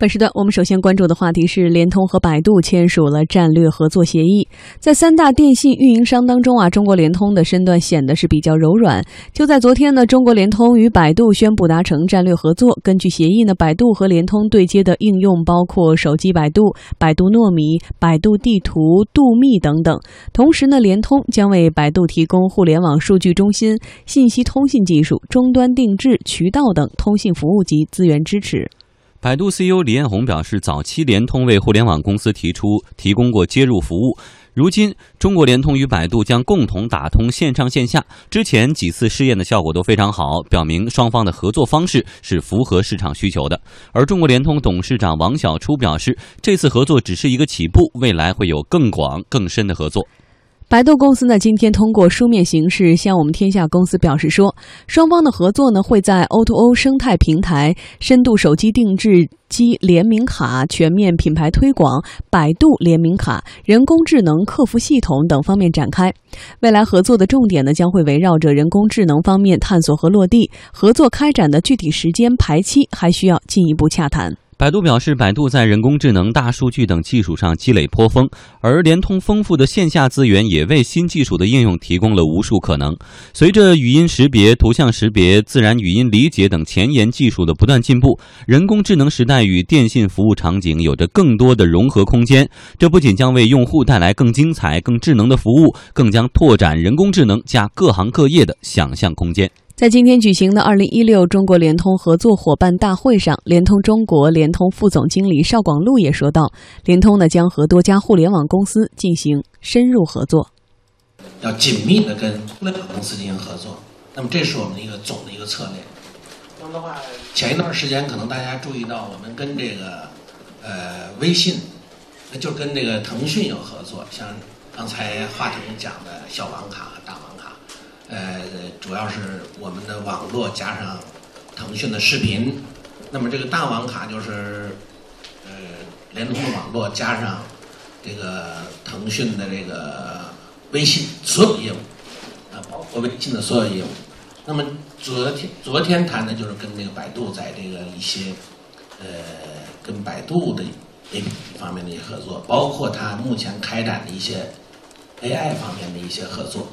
本时段我们首先关注的话题是联通和百度签署了战略合作协议。在三大电信运营商当中中国联通的身段显得是比较柔软。就在昨天呢，中国联通与百度宣布达成战略合作。根据协议呢，百度和联通对接的应用包括手机百度、百度糯米、百度地图、度秘等等。同时呢，联通将为百度提供互联网数据中心、信息通信技术、终端定制、渠道等通信服务及资源支持。 百度 CEO 李彦宏表示，早期联通为互联网公司提供过接入服务，如今中国联通与百度将共同打通线上线下，之前几次试验的效果都非常好，表明双方的合作方式是符合市场需求的。而中国联通董事长王晓初表示，这次合作只是一个起步，未来会有更广更深的合作。 百度公司呢，今天通过书面形式向我们天下公司表示说，双方的合作呢会在 O2O 生态平台、深度手机定制机联名卡、全面品牌推广、百度联名卡、人工智能客服系统等方面展开。未来合作的重点呢将会围绕着人工智能方面探索和落地，合作开展的具体时间排期还需要进一步洽谈。 百度表示，百度在人工智能、大数据等技术上积累颇丰，而联通丰富的线下资源也为新技术的应用提供了无数可能。随着语音识别、图像识别、自然语音理解等前沿技术的不断进步，人工智能时代与电信服务场景有着更多的融合空间。这不仅将为用户带来更精彩、更智能的服务，更将拓展人工智能加各行各业的想象空间。 在今天举行的2016中国联通合作伙伴大会上，联通中国联通副总经理邵广禄也说到，联通呢将和多家互联网公司进行深入合作， 要紧密的跟互联网公司进行合作。那么这是我们的一个总的一个策略。那么的话，前一段时间可能大家注意到，我们跟这个微信，就跟这个腾讯有合作，像刚才华腾讲的小网卡、大网卡。主要是我们的网络加上腾讯的视频，那么这个大网卡就是联通的网络加上这个腾讯的这个微信所有业务，包括微信的所有业务。那么昨天谈的就是跟这个百度在这个一些跟百度的 APP 方面的一些合作，包括它目前开展的一些 AI 方面的一些合作。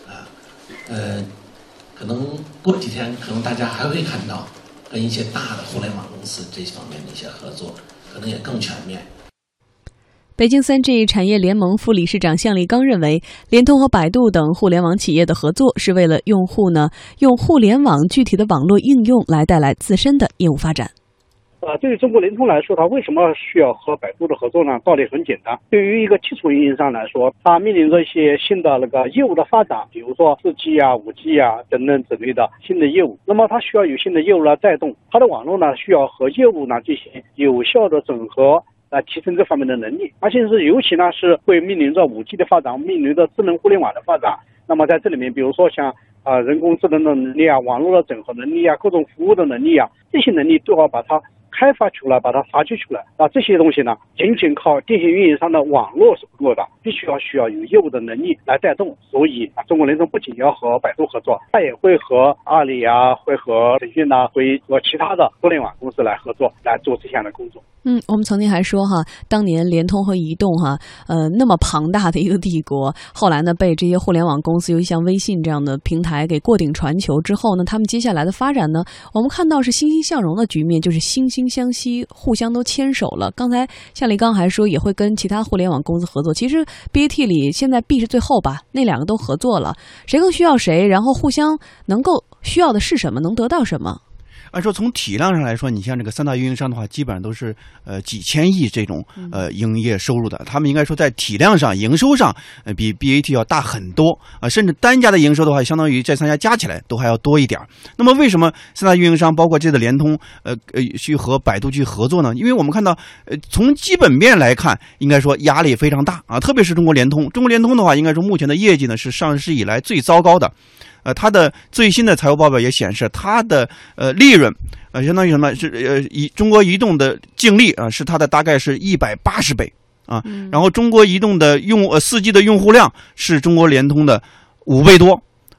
可能过几天，可能大家还会看到跟一些大的互联网公司这方面的一些合作，可能也更全面。 北京3G 产业联盟副理事长向立刚认为，联通和百度等互联网企业的合作是为了用户呢用互联网具体的网络应用来带来自身的业务发展。 对于中国联通来说，它为什么需要和百度的合作呢？道理很简单，对于一个基础运营商来说，它面临着一些新的业务的发展，比如说4G 啊、5G 啊等等之类的新的业务，那么它需要有新的业务来带动，它的网络呢需要和业务呢进行有效的整合，来提升这方面的能力，而且是尤其呢是会面临着5G 的发展，面临着智能互联网的发展。那么在这里面，比如说像人工智能的能力啊、网络的整合能力啊、各种服务的能力啊，这些能力都要把它开发出来，把它发掘出来。这些东西呢，仅仅靠电信运营商的网络是不够的，必须需要有业务的能力来带动。所以中国联通不仅要和百度合作，它也会和阿里啊，会和腾讯啊，会和其他的互联网公司来合作，来做这项的工作。 我们曾经还说当年联通和移动那么庞大的一个帝国，后来呢被这些互联网公司，尤其像微信这样的平台给过顶传球之后呢，他们接下来的发展呢，我们看到是欣欣向荣的局面，就是惺惺相惜，互相都牵手了。刚才向立刚还说也会跟其他互联网公司合作，其实 BAT 里现在 B 是最后吧，那两个都合作了，谁更需要谁，然后互相能够需要的是什么，能得到什么。 按说从体量上来说，你像这个三大运营商的话，基本上都是几千亿这种营业收入的，他们应该说在体量上、营收上比 BAT 要大很多甚至单家的营收的话，相当于这三家加起来都还要多一点。那么为什么三大运营商包括这个联通去和百度去合作呢？因为我们看到从基本面来看，应该说压力非常大特别是中国联通的话，应该说目前的业绩呢是上市以来最糟糕的。它的最新的财务报表也显示，它的利润相当于什么是中国移动的净利是它的大概是180倍然后中国移动的4G 的用户量是中国联通的5倍多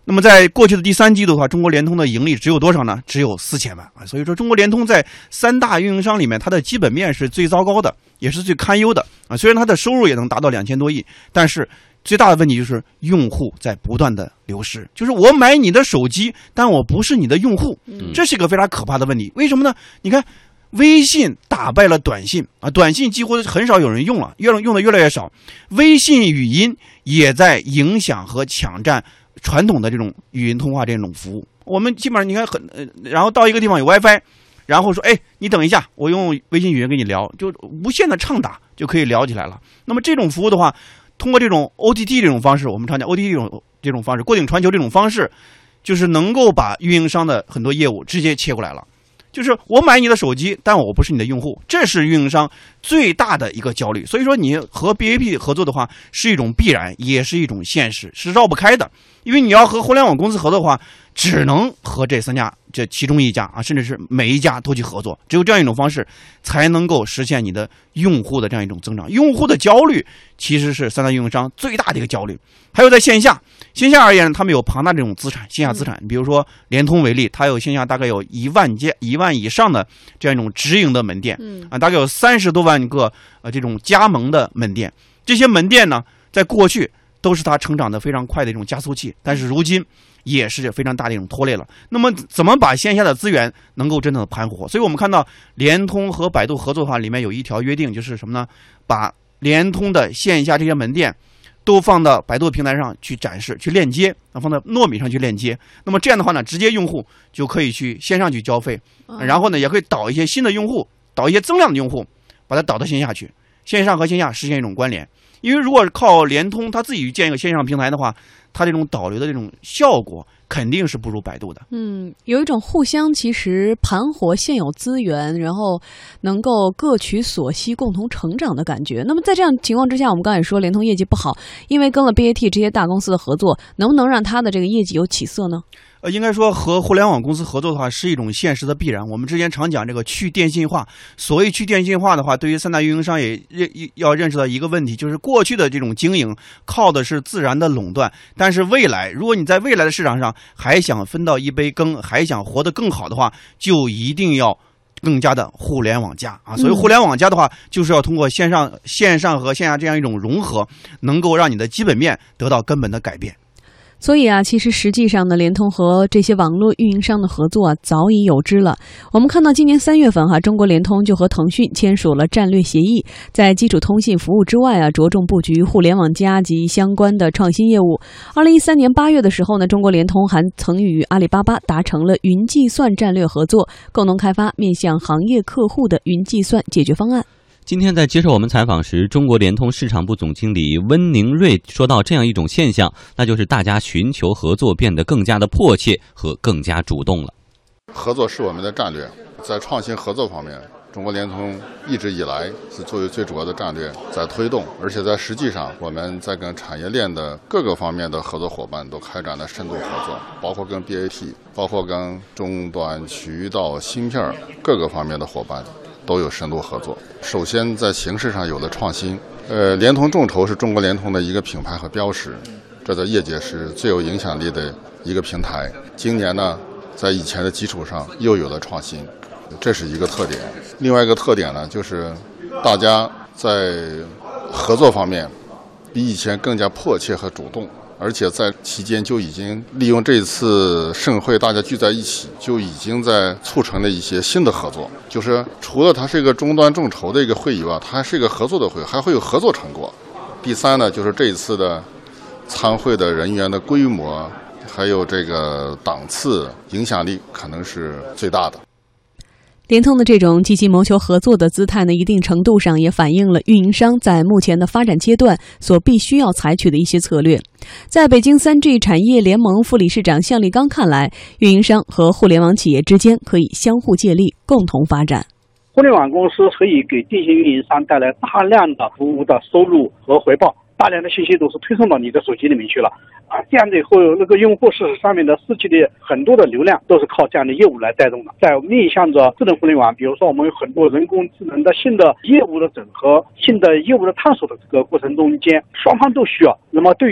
那么在过去的第3季度的话，中国联通的盈利只有多少呢？只有4000万啊！所以说，中国联通在3大运营商里面，它的基本面是最糟糕的，也是最堪忧的啊。虽然它的收入也能达到2000多亿，但是最大的问题就是用户在不断的流失。就是我买你的手机，但我不是你的用户，这是一个非常可怕的问题。为什么呢？你看，微信打败了短信啊，短信几乎很少有人用了，用的越来越少。微信语音也在影响和抢占传统的这种语音通话这种服务。我们基本上你看然后到一个地方有 WiFi， 然后说你等一下，我用微信语音跟你聊，就无限的畅打就可以聊起来了。那么这种服务的话，通过这种 OTT 这种方式，我们常讲 OTT 这种方式，过顶传球这种方式，就是能够把运营商的很多业务直接切过来了。就是我买你的手机，但我不是你的用户，这是运营商最大的一个焦虑。所以说，你和 BAT 合作的话，是一种必然，也是一种现实，是绕不开的。因为你要和互联网公司合作的话，只能和这3家这其中一家啊，甚至是每一家都去合作，只有这样一种方式，才能够实现你的用户的这样一种增长。用户的焦虑其实是3大运营商最大的一个焦虑。还有在线下而言，他们有庞大这种资产，线下资产，比如说联通为例，它有线下大概有1万以上的这样一种直营的门店，大概有30多万个这种加盟的门店。这些门店呢，在过去都是它成长的非常快的一种加速器，但是如今也是非常大的一种拖累了。那么怎么把线下的资源能够真正的盘活？所以我们看到联通和百度合作的话，里面有一条约定，就是什么呢？把联通的线下这些门店都放到百度平台上去展示、去链接，放到糯米上去链接。那么这样的话呢，直接用户就可以去线上去交费，然后呢，也可以导一些新的用户，导一些增量的用户，把它导到线下去，线上和线下实现一种关联。因为如果靠联通它自己建一个线上平台的话，它这种导流的这种效果肯定是不如百度的。 有一种互相其实盘活现有资源，然后能够各取所需，共同成长的感觉。那么在这样情况之下，我们刚才也说联通业绩不好，因为跟了 BAT 这些大公司的合作，能不能让它的这个业绩有起色呢？ 应该说和互联网公司合作的话是一种现实的必然。我们之前常讲这个去电信化，所谓去电信化的话，对于3大运营商也要认识到一个问题，就是过去的这种经营靠的是自然的垄断，但是未来如果你在未来的市场上还想分到一杯羹，还想活得更好的话，就一定要更加的互联网加啊。所以互联网加的话，就是要通过线上和线下这样一种融合，能够让你的基本面得到根本的改变。 所以其实实际上呢，联通和这些网络运营商的合作早已有之了。我们看到今年3月份中国联通就和腾讯签署了战略协议，在基础通信服务之外着重布局互联网加及相关的创新业务。2013年8月的时候呢，中国联通还曾与阿里巴巴达成了云计算战略合作，共同开发面向行业客户的云计算解决方案。 今天在接受我们采访时，中国联通市场部总经理温宁瑞说到这样一种现象，那就是大家寻求合作变得更加的迫切和更加主动了。 合作是我们的战略，在创新合作方面，中国联通一直以来是作为最主要的战略在推动，而且在实际上我们在跟产业链的各个方面的合作伙伴都开展了深度合作，包括跟 BAT， 包括跟终端渠道芯片各个方面的伙伴都有深度合作。首先在形式上有了创新，联通众筹是中国联通的一个品牌和标识，这在业界是最有影响力的一个平台。今年呢，在以前的基础上又有了创新，这是一个特点。另外一个特点呢，就是大家在合作方面比以前更加迫切和主动，而且在期间就已经利用这次盛会大家聚在一起，就已经在促成了一些新的合作。就是除了它是一个终端众筹的一个会以外，它还是一个合作的会，还会有合作成果。第三呢，就是这一次的参会的人员的规模，还有这个档次、影响力可能是最大的。 联通的这种积极谋求合作的姿态呢，一定程度上也反映了运营商在目前的发展阶段所必须要采取的一些策略。在北京 3G 产业联盟副理事长向立刚看来，运营商和互联网企业之间可以相互借力，共同发展。 互联网公司可以给电信运营商带来大量的服务的收入和回报，大量的信息都是推送到你的手机里面去了这样的以后，那个用户事实上面的4G的很多的流量都是靠这样的业务来带动的。在面向着智能互联网，比如说我们有很多人工智能的新的业务的整合、新的业务的探索的这个过程中间，双方都需要。那么对于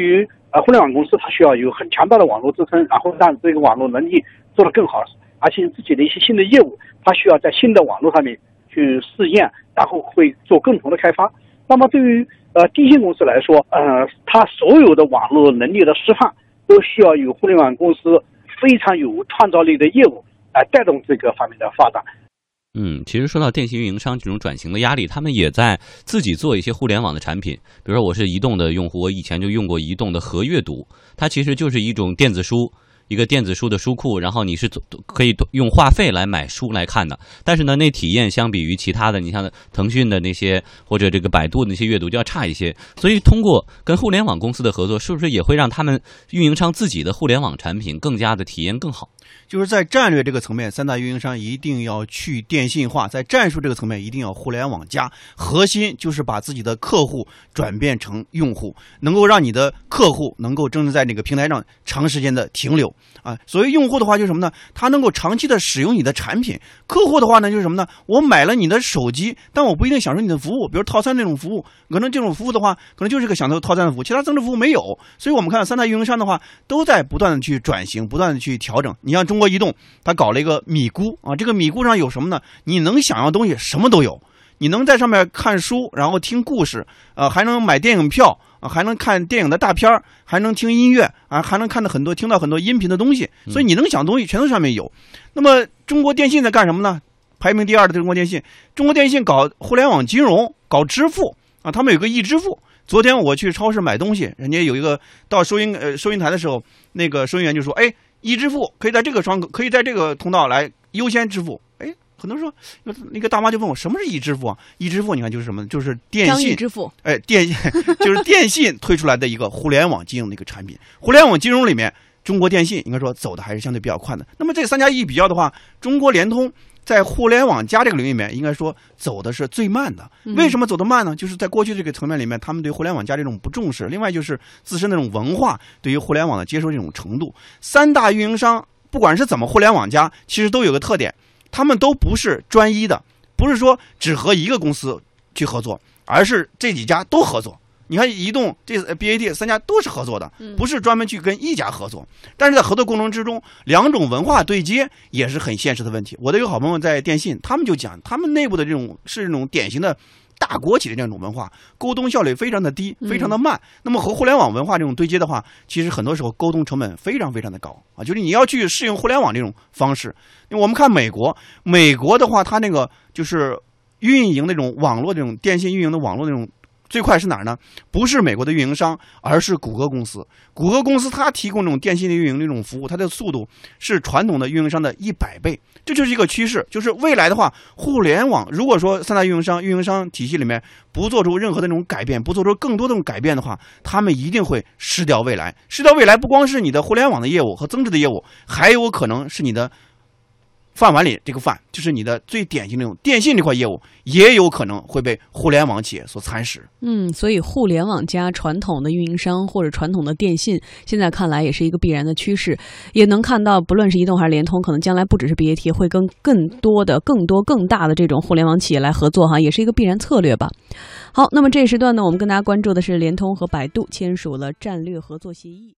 互联网公司它需要有很强大的网络支撑，然后让这个网络能力做得更好，而且自己的一些新的业务，它需要在新的网络上面去试验，然后会做共同的开发。那么对于电信公司来说，它所有的网络能力的释放都需要有互联网公司非常有创造力的业务来带动这个方面的发展。 其实说到电信运营商这种转型的压力，他们也在自己做一些互联网的产品。比如说我是移动的用户，我以前就用过移动的和阅读，它其实就是一种电子书，一个电子书的书库，然后你是可以用话费来买书来看的。但是呢，那体验相比于其他的，你像腾讯的那些或者这个百度的那些阅读就要差一些。所以通过跟互联网公司的合作，是不是也会让他们运营商自己的互联网产品更加的体验更好？ 就是在战略这个层面，三大运营商一定要去电信化；在战术这个层面，一定要互联网加。核心就是把自己的客户转变成用户，能够让你的客户能够真正在这个平台上长时间的停留啊。所谓用户的话，就是什么呢？他能够长期的使用你的产品。客户的话呢，就是什么呢？我买了你的手机，但我不一定享受你的服务，比如套餐那种服务，可能这种服务的话，可能就是个享受套餐的服务，其他增值服务没有。所以我们看三大运营商的话，都在不断的去转型，不断的去调整。你像中国移动，它搞了一个米咕啊，这个米咕上有什么呢？你能想要的东西什么都有，你能在上面看书，然后听故事，还能买电影票啊，还能看电影的大片，还能听音乐啊，还能看到听到很多音频的东西，所以你能想的东西全都上面有。那么中国电信在干什么呢？排名第2的中国电信，中国电信搞互联网金融，搞支付啊，他们有个易支付。昨天我去超市买东西，人家有一个到收银台的时候，那个收银员就说：“哎，易支付可以在这个可以在这个通道来优先支付。”哎，很多人说，那个大妈就问我什么是易支付啊？易支付你看就是什么？就是电信支付， 就是电信推出来的一个互联网金融的一个产品。互联网金融里面，中国电信应该说走的还是相对比较快的。那么这3家一比较的话，中国联通在互联网加这个领域里面，应该说走的是最慢的。为什么走得慢呢？就是在过去这个层面里面，他们对互联网加这种不重视，另外就是自身的这种文化对于互联网的接受这种程度。3大运营商不管是怎么互联网加，其实都有个特点，他们都不是专一的，不是说只和一个公司去合作，而是这几家都合作。你看移动这BAT 3家都是合作的，不是专门去跟一家合作。但是在合作过程之中，2种文化对接也是很现实的问题。我的一个好朋友在电信，他们就讲他们内部的这种典型的大国企的这种文化，沟通效率非常的低，非常的慢。那么和互联网文化这种对接的话，其实很多时候沟通成本非常非常的高啊，就是你要去适应互联网这种方式。我们看美国的话，它那个就是运营那种网络这种电信运营的网络那种最快是哪儿呢？不是美国的运营商，而是谷歌公司。谷歌公司它提供这种电信的运营这种服务，它的速度是传统的运营商的100倍。这就是一个趋势，就是未来的话，互联网如果说3大运营商体系里面不做出任何的那种改变，不做出更多的这种改变的话，他们一定会失掉未来。失掉未来不光是你的互联网的业务和增值的业务，还有可能是你的饭碗里这个饭，就是你的最典型的那种电信这块业务，也有可能会被互联网企业所蚕食。 所以互联网加传统的运营商或者传统的电信，现在看来也是一个必然的趋势。也能看到，不论是移动还是联通，可能将来不只是 BAT 会跟更大的这种互联网企业来合作哈，也是一个必然策略吧。好，那么这一时段呢，我们跟大家关注的是联通和百度签署了战略合作协议。